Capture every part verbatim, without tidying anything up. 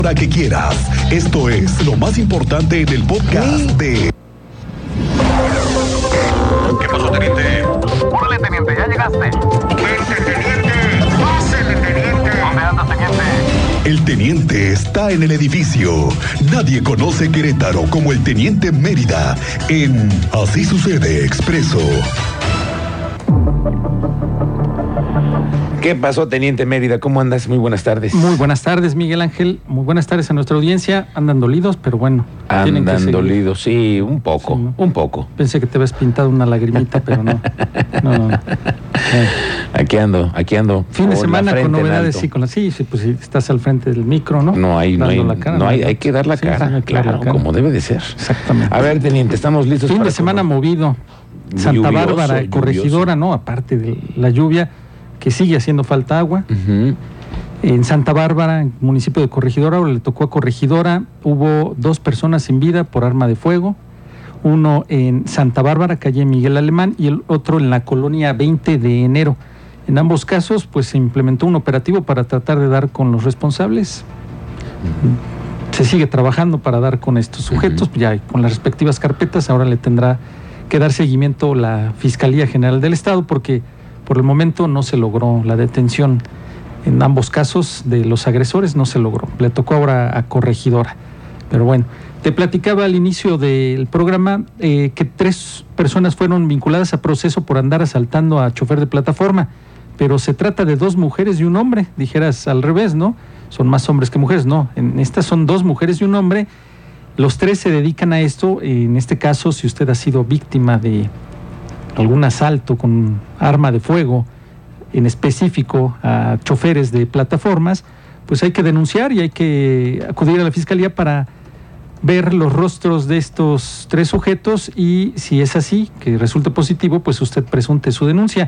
Para que quieras. Esto es lo más importante en el podcast de... ¿Qué pasó, teniente? ¡Órale, teniente! ¿Ya llegaste? ¡Vente, teniente! ¡Pásele, teniente! ¿Dónde anda, teniente? El teniente está en el edificio. Nadie conoce Querétaro como el teniente Mérida en Así Sucede Expreso. ¿Qué pasó, teniente Mérida? ¿Cómo andas? Muy buenas tardes. Muy buenas tardes, Miguel Ángel. Muy buenas tardes a nuestra audiencia. Andan dolidos, pero bueno. tienen que Andan seguir. dolidos, sí, un poco, Sí, ¿no? un poco. Pensé que te habías pintado una lagrimita, pero no. No, no, no. Eh, Aquí ando, aquí ando. Fin de con la semana frente con en novedades, alto. sí, con la, sí, sí, pues sí, estás al frente del micro, ¿no? No hay, no hay, Dando la cara, no hay, ¿no? hay que dar la Sí, cara, sí, hay que dar claro, la cara. como debe de ser. Exactamente. A ver, teniente, estamos listos Fin para de semana correr. movido. Santa Lluvioso, Bárbara, lluvioso. Corregidora, ¿no? Aparte de la lluvia, que sigue haciendo falta agua. Ujú. En Santa Bárbara, en el municipio de Corregidora, ahora le tocó a Corregidora, hubo dos personas sin vida por arma de fuego, uno en Santa Bárbara, calle Miguel Alemán, y el otro en la colonia veinte de enero. En ambos casos, pues se implementó un operativo para tratar de dar con los responsables. Se sigue trabajando para dar con estos sujetos, Ujú. ya con las respectivas carpetas. Ahora le tendrá que dar seguimiento la Fiscalía General del Estado, porque por el momento no se logró la detención en ambos casos de los agresores, no se logró. Le tocó ahora a Corregidora. Pero bueno, te platicaba al inicio del programa eh, que tres personas fueron vinculadas a proceso por andar asaltando a chofer de plataforma, pero se trata de dos mujeres y un hombre. Dijeras al revés, ¿no? Son más hombres que mujeres. No, en estas son dos mujeres y un hombre. Los tres se dedican a esto. En este caso, si usted ha sido víctima de algún asalto con arma de fuego, en específico a choferes de plataformas, pues hay que denunciar y hay que acudir a la fiscalía para ver los rostros de estos tres sujetos, y si es así, que resulte positivo, pues usted presunte su denuncia.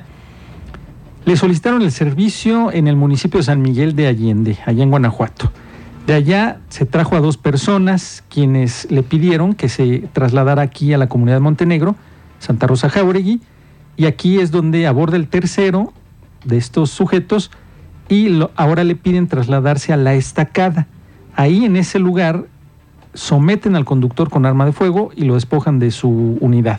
Le solicitaron el servicio en el municipio de San Miguel de Allende, allá en Guanajuato. De allá se trajo a dos personas quienes le pidieron que se trasladara aquí a la comunidad de Montenegro, Santa Rosa Jáuregui, y aquí es donde aborda el tercero de estos sujetos y lo, ahora le piden trasladarse a La Estacada. Ahí en ese lugar someten al conductor con arma de fuego y lo despojan de su unidad.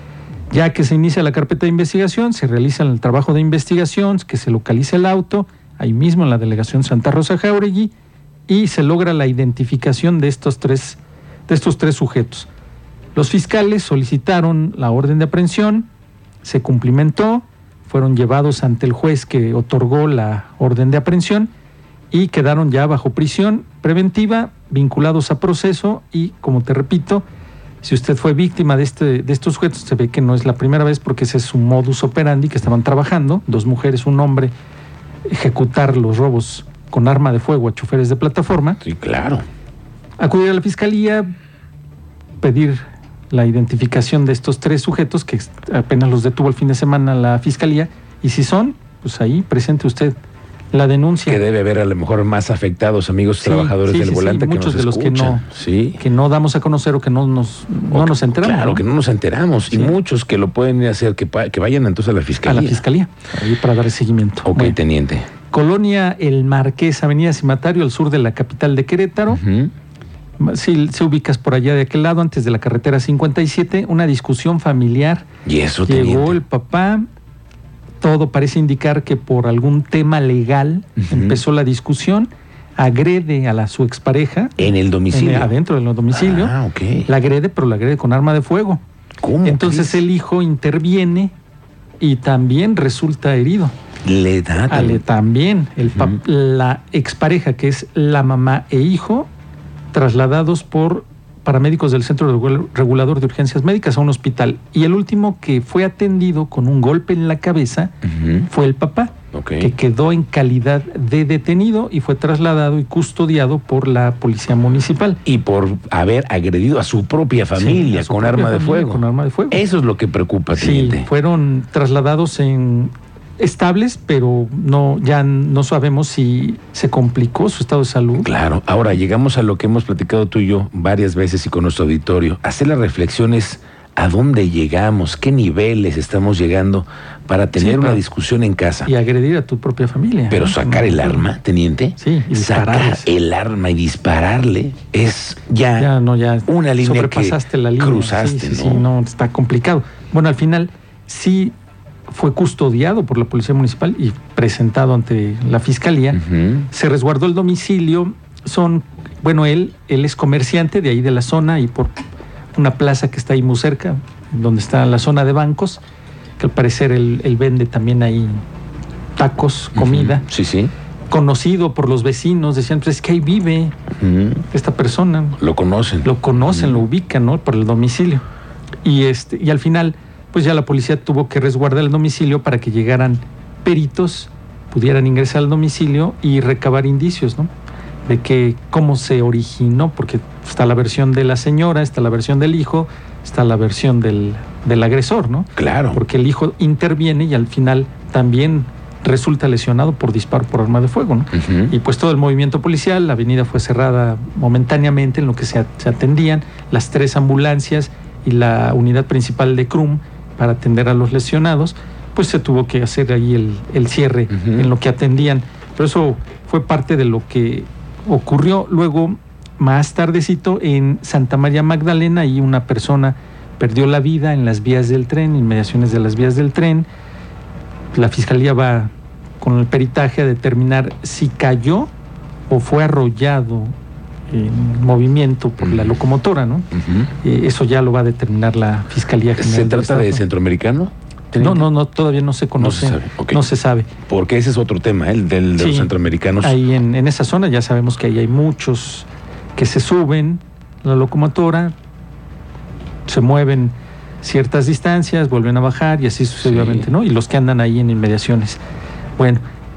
Ya que se inicia la carpeta de investigación, se realiza el trabajo de investigación, que se localiza el auto, ahí mismo en la delegación Santa Rosa Jáuregui, y se logra la identificación de estos tres, de estos tres sujetos. Los fiscales solicitaron la orden de aprehensión, se cumplimentó, fueron llevados ante el juez que otorgó la orden de aprehensión y quedaron ya bajo prisión preventiva, vinculados a proceso. Y como te repito, si usted fue víctima de, este, de estos sujetos, se ve que no es la primera vez, porque ese es su modus operandi que estaban trabajando, dos mujeres, un hombre, ejecutar los robos con arma de fuego a choferes de plataforma. Sí, claro. Acudir a la fiscalía, pedir la identificación de estos tres sujetos que apenas los detuvo el fin de semana la fiscalía, y si son, pues ahí presente usted la denuncia. Que debe haber a lo mejor más afectados, amigos Sí, trabajadores sí, del sí, volante, sí, que muchos nos de los que escuchan. no, Sí. que no damos a conocer o que no nos, no O nos que- enteramos. Claro, ¿no? que no nos enteramos. Sí. Y muchos que lo pueden ir a hacer, que, pa- que vayan entonces a la A fiscalía. la fiscalía, ahí para dar seguimiento. Ok, Bueno, teniente. Colonia El Marqués, Avenida Cimatario, al sur de la capital de Querétaro. Ujú. Si se ubicas por allá de aquel lado, antes de la carretera cincuenta y siete, una discusión familiar. Y eso, Llegó teniente. el papá, todo parece indicar que por algún tema legal Ujú. empezó la discusión, agrede a la, su expareja En el domicilio. en- adentro del domicilio, Ah, ok. la agrede, pero la agrede con arma de fuego. ¿Cómo Entonces crees? el hijo interviene y también resulta herido. Le da. Ale, también el pap- Ujú. la expareja, que es la mamá e hijo, trasladados por paramédicos del Centro Regul- Regulador de Urgencias Médicas a un hospital. Y el último que fue atendido con un golpe en la cabeza Ujú. fue el papá, Ok. que quedó en calidad de detenido y fue trasladado y custodiado por la policía municipal. Y por haber agredido a su propia familia Sí, a su con propia arma de familia fuego. Con arma de fuego. Eso es lo que preocupa, Sí, teniente. fueron trasladados en estables, pero no, ya no sabemos si se complicó su estado de salud. Claro. Ahora llegamos a lo que hemos platicado tú y yo varias veces y con nuestro auditorio. Hacer las reflexiones ¿A dónde llegamos? ¿Qué niveles estamos llegando para tener Sí, una pero- discusión en casa? Y agredir a tu propia familia. Pero ¿no? sacar el arma, teniente, Sí, y sacar dispararles. el arma y dispararle es ya, Ya no, ya una línea sobrepasaste que la línea. cruzaste, sí, sí, ¿no? sí, no, está complicado. Bueno, al final sí fue custodiado por la Policía Municipal y presentado ante la Fiscalía. Ujú. Se resguardó el domicilio. Son, bueno, él, él es comerciante de ahí de la zona y por una plaza que está ahí muy cerca, donde está la zona de bancos, que al parecer él, él vende también ahí tacos, comida. Ujú. Sí, sí. Conocido por los vecinos, decían, pues es que ahí vive Ujú. esta persona. Lo conocen. Lo conocen, Ujú. lo ubican, ¿no? Por el domicilio. Y este, y al final, pues ya la policía tuvo que resguardar el domicilio para que llegaran peritos, pudieran ingresar al domicilio y recabar indicios, ¿no? De que cómo se originó, porque está la versión de la señora, está la versión del hijo, está la versión del, del agresor, ¿no? Claro. Porque el hijo interviene y al final también resulta lesionado por disparo por arma de fuego, ¿no? Ujú. Y pues todo el movimiento policial, la avenida fue cerrada momentáneamente en lo que se, a- se atendían las tres ambulancias y la unidad principal de C R U M para atender a los lesionados, pues se tuvo que hacer ahí el, el cierre Ujú. en lo que atendían. Pero eso fue parte de lo que ocurrió luego, más tardecito, en Santa María Magdalena, y una persona perdió la vida en las vías del tren, inmediaciones de las vías del tren. La fiscalía va con el peritaje a determinar si cayó o fue arrollado en movimiento por la locomotora, ¿no? Ujú. Eh, eso ya lo va a determinar la Fiscalía General ¿Se del trata de Estado. centroamericano? No, no, no, todavía no se conoce. sabe, ok. No se sabe. Porque ese es otro tema, el del de Sí. los centroamericanos. Ahí en, en esa zona ya sabemos que ahí hay muchos que se suben a la locomotora, se mueven ciertas distancias, vuelven a bajar y así sucesivamente, Sí. ¿no? Y los que andan ahí en inmediaciones. Bueno,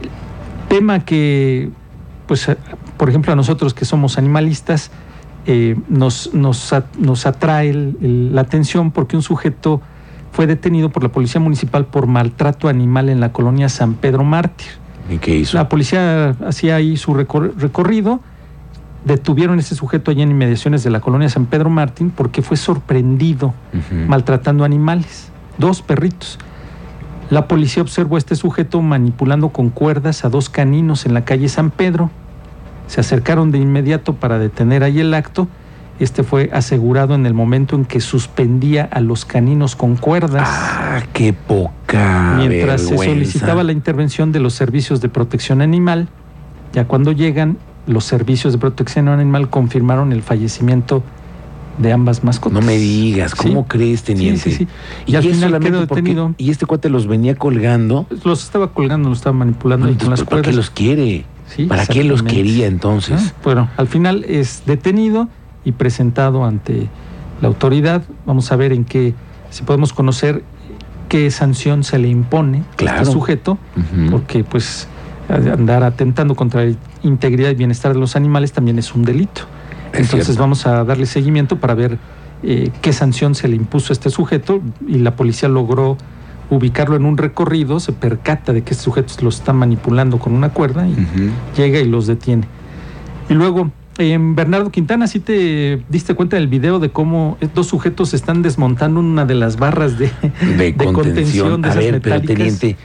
tema que, pues, eh, por ejemplo, a nosotros que somos animalistas, eh, nos, nos, a- nos atrae el- el- la atención porque un sujeto fue detenido por la Policía Municipal por maltrato animal en la colonia San Pedro Mártir. ¿Y qué hizo? La policía hacía ahí su recor- recorrido, detuvieron a ese sujeto allí en inmediaciones de la colonia San Pedro Mártir porque fue sorprendido Ujú. maltratando animales, dos perritos. La policía observó a este sujeto manipulando con cuerdas a dos caninos en la calle San Pedro. Se acercaron de inmediato para detener ahí el acto. Este fue asegurado en el momento en que suspendía a los caninos con cuerdas. Ah, qué poca Mientras se vergüenza. solicitaba la intervención de los servicios de protección animal. Ya cuando llegan, los servicios de protección animal confirmaron el fallecimiento de ambas mascotas. No me digas, ¿cómo Sí. crees, teniente? Sí, sí, sí. Y, Y al es final solamente quedó porque- detenido. y este cuate los venía colgando. Los estaba colgando, los estaba manipulando No, ahí con las entonces, ¿para qué cuerdas. los quiere? Sí, ¿Para qué los exactamente. quería entonces? Ah, Bueno, al final es detenido y presentado ante la autoridad. Vamos a ver en qué, si podemos conocer qué sanción se le impone a Claro. este sujeto, Ujú. porque pues andar atentando contra la integridad y bienestar de los animales también es un delito. Es Entonces cierto. vamos a darle seguimiento para ver eh, qué sanción se le impuso a este sujeto, y la policía logró ubicarlo en un recorrido, se percata de que este sujeto lo está manipulando con una cuerda y Ujú. llega y los detiene. Y luego, en Bernardo Quintana, ¿sí te diste cuenta del video de cómo dos sujetos están desmontando una de las barras de, De, contención. de A esas ver, pero metálicas? teniente,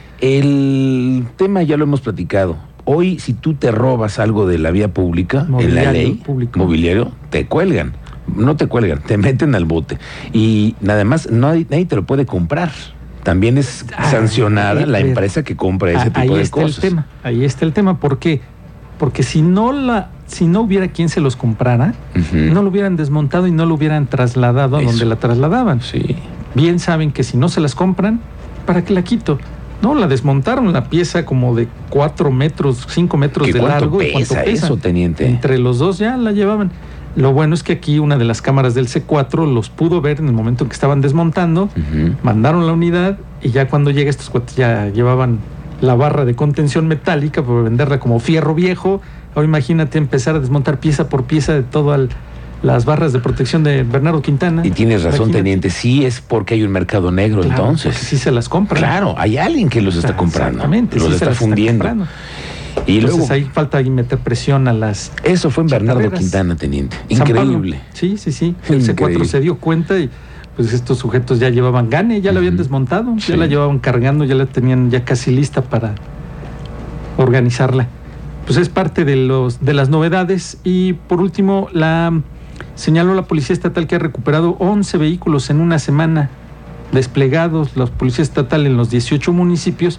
el tema ya lo hemos platicado. Hoy, si tú te robas algo de la vía pública, en la Mobiliario ley, público. mobiliario, te cuelgan. No te cuelgan, te meten al bote. Y nada más, nadie, nadie te lo puede comprar. También es Ah, sancionada eh, la a ver, empresa que compra ese Ah, tipo ahí de está cosas. el tema, ahí está el tema. ¿Por qué? Porque si no la, si no hubiera quien se los comprara, Ujú. no lo hubieran desmontado y no lo hubieran trasladado a Eso. donde la trasladaban. Sí. Bien saben que si no se las compran, ¿para qué la quito? No, la desmontaron la pieza como de cuatro metros, cinco metros ¿Qué de cuánto largo. ¿Y cuánto pesa pesa? eso, teniente? Entre los dos ya la llevaban. Lo bueno es que aquí una de las cámaras del C cuatro los pudo ver en el momento en que estaban desmontando, Ujú. mandaron la unidad y ya cuando llega estos cuates ya llevaban la barra de contención metálica para venderla como fierro viejo. Ahora imagínate empezar a desmontar pieza por pieza de todas las barras de protección de Bernardo Quintana. Y tienes razón, Imagínate. teniente. Sí es porque hay un mercado negro, Claro, entonces. porque sí se las compran. Claro, hay alguien que los está comprando. Exactamente, Los sí se está las fundiendo. comprando. Y Entonces luego, ahí falta ahí meter presión a las eso fue en Bernardo chatarreras. Quintana, teniente. San Pablo. Increíble. Sí, sí, sí. El C cuatro Increíble. se dio cuenta y pues estos sujetos ya llevaban gane, ya la habían desmontado, Sí. ya la llevaban cargando, ya la tenían ya casi lista para organizarla. Pues es parte de los de las novedades. Y por último, la señaló la Policía Estatal que ha recuperado once vehículos en una semana desplegados, la Policía Estatal en los dieciocho municipios.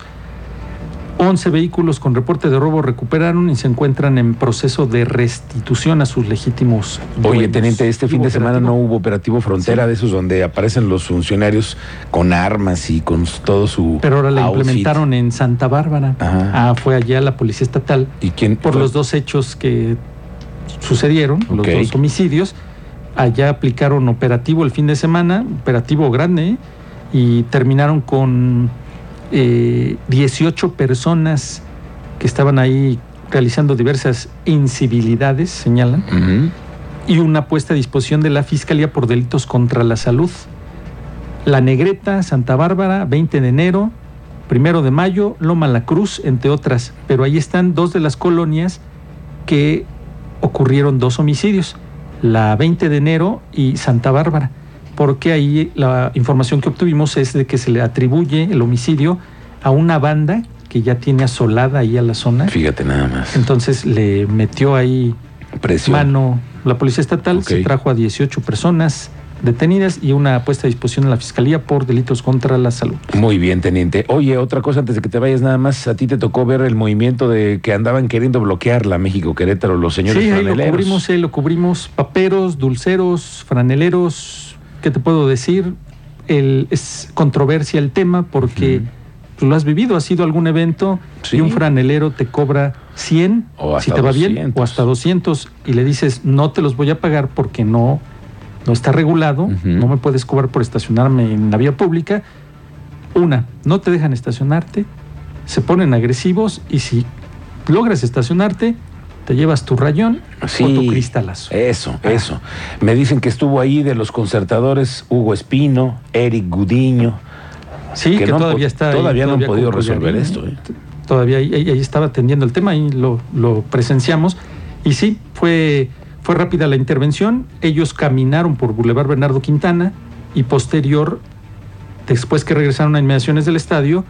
once vehículos con reporte de robo recuperaron y se encuentran en proceso de restitución a sus legítimos dueños. Oye, teniente, este fin ¿Hubo de semana operativo? no hubo operativo frontera Sí. de esos donde aparecen los funcionarios con armas y con todo su Pero ahora la outfit. implementaron en Santa Bárbara. Ajá. Ah, fue allá la Policía Estatal ¿Y quién por fue? los dos hechos que sucedieron, Ok. los dos homicidios. Allá aplicaron operativo el fin de semana, operativo grande, ¿eh? Y terminaron con eh, dieciocho personas que estaban ahí realizando diversas incivilidades, señalan, Ujú. y una puesta a disposición de la Fiscalía por delitos contra la salud. La Negreta, Santa Bárbara, veinte de enero, primero de mayo, Loma La Cruz, entre otras. Pero ahí están dos de las colonias que ocurrieron dos homicidios, la veinte de enero y Santa Bárbara, porque ahí la información que obtuvimos es de que se le atribuye el homicidio a una banda que ya tiene asolada ahí a la zona. Fíjate nada más. Entonces le metió ahí Presión. mano la Policía Estatal, Ok. se trajo a dieciocho personas detenidas y una puesta a disposición de la Fiscalía por delitos contra la salud. Muy bien, teniente. Oye, otra cosa antes de que te vayas nada más, a ti te tocó ver el movimiento de que andaban queriendo bloquear la México-Querétaro, los señores Sí, ahí lo franeleros. cubrimos, ahí lo cubrimos, paperos, dulceros, franeleros. ¿Qué te puedo decir? El, es controversia el tema porque Ujú. tú lo has vivido, has ido a algún evento Sí. y un franelero te cobra cien, O si hasta te va bien, doscientos. o hasta doscientos, y le dices, no te los voy a pagar porque no, no está regulado, Ujú. no me puedes cobrar por estacionarme en la vía pública. Una, no te dejan estacionarte, se ponen agresivos y si logras estacionarte, te llevas tu rayón Sí, o tu cristalazo. Eso, Ah. eso. Me dicen que estuvo ahí de los concertadores Hugo Espino, Eric Gudiño. Sí, que, no han todavía po- está ahí, Todavía no han podido con resolver collarín, esto. ¿eh? Todavía ahí, ahí- ahí estaba atendiendo el tema y lo, lo presenciamos. Y sí, fue, fue rápida la intervención. Ellos caminaron por Boulevard Bernardo Quintana y posterior, después que regresaron a inmediaciones del estadio,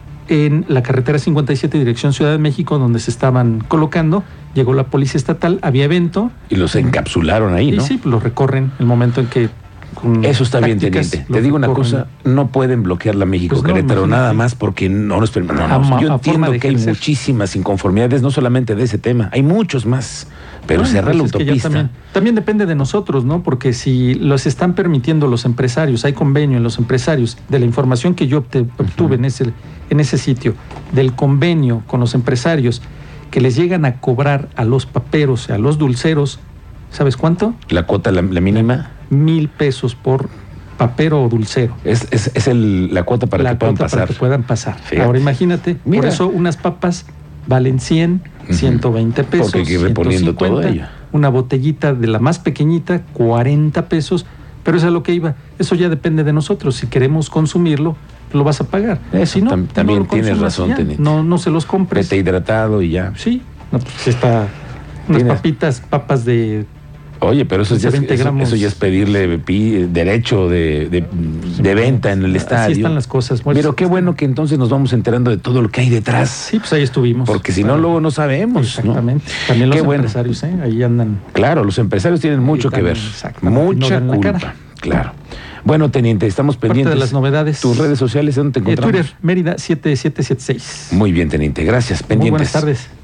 en la carretera cincuenta y siete dirección Ciudad de México, donde se estaban colocando, llegó la Policía Estatal, había evento. Y los encapsularon ahí, Y ¿no? sí, pues lo recorren el momento en que... con Eso está bien, tácticas teniente. lo Te digo una recorren. cosa, no pueden bloquear la México-Querétaro Pues no, nada imagínate. más porque no nos permiten. No, A no, ma- yo a entiendo forma de que hay ejercer. muchísimas inconformidades, no solamente de ese tema, hay muchos más. Pero Bueno, cerrar pues la es que ya autopista. También, también depende de nosotros, ¿no? Porque si los están permitiendo los empresarios, hay convenio en los empresarios, de la información que yo obte- obtuve en, ese, en ese sitio, del convenio con los empresarios, que les llegan a cobrar a los paperos, a los dulceros, ¿sabes cuánto? La cuota, la, la mínima, Mil pesos por papero o dulcero. es, es, es el, la cuota para la que puedan cuota pasar. para que puedan pasar. Fíjate. Ahora imagínate, Mira. por eso unas papas valen cien, Ujú. ciento veinte pesos. Porque hay que ir reponiendo todo ciento ello. cincuenta. Una botellita de la más pequeñita, cuarenta pesos. Pero eso es a lo que iba. Eso ya depende de nosotros. Si queremos consumirlo, lo vas a pagar. Eso, si no, tam- no también lo tienes consumas razón, y ya. teniente. No, no se los compres. Vete hidratado y ya. Sí. No, pues está unas Tienes- papitas, papas de... Oye, pero eso, ya es, veinte eso, gramos. eso ya es pedirle pi- derecho de, de, de venta en el estadio. Así están las cosas. Pero qué bueno que entonces nos vamos enterando de todo lo que hay detrás. Sí, pues ahí estuvimos. Porque si no, Para- luego no sabemos. ¿no? Exactamente. También los Qué bueno. empresarios, ¿eh? Ahí andan. Claro, los empresarios tienen mucho que ver. Exactamente. Mucha No dan la culpa. cara. Claro. Bueno, teniente, estamos Parte pendientes. de las novedades. Tus redes sociales, ¿dónde te Eh, encontramos? Twitter, Mérida siete siete siete seis. Muy bien, teniente. Gracias. Muy Pendientes. buenas tardes.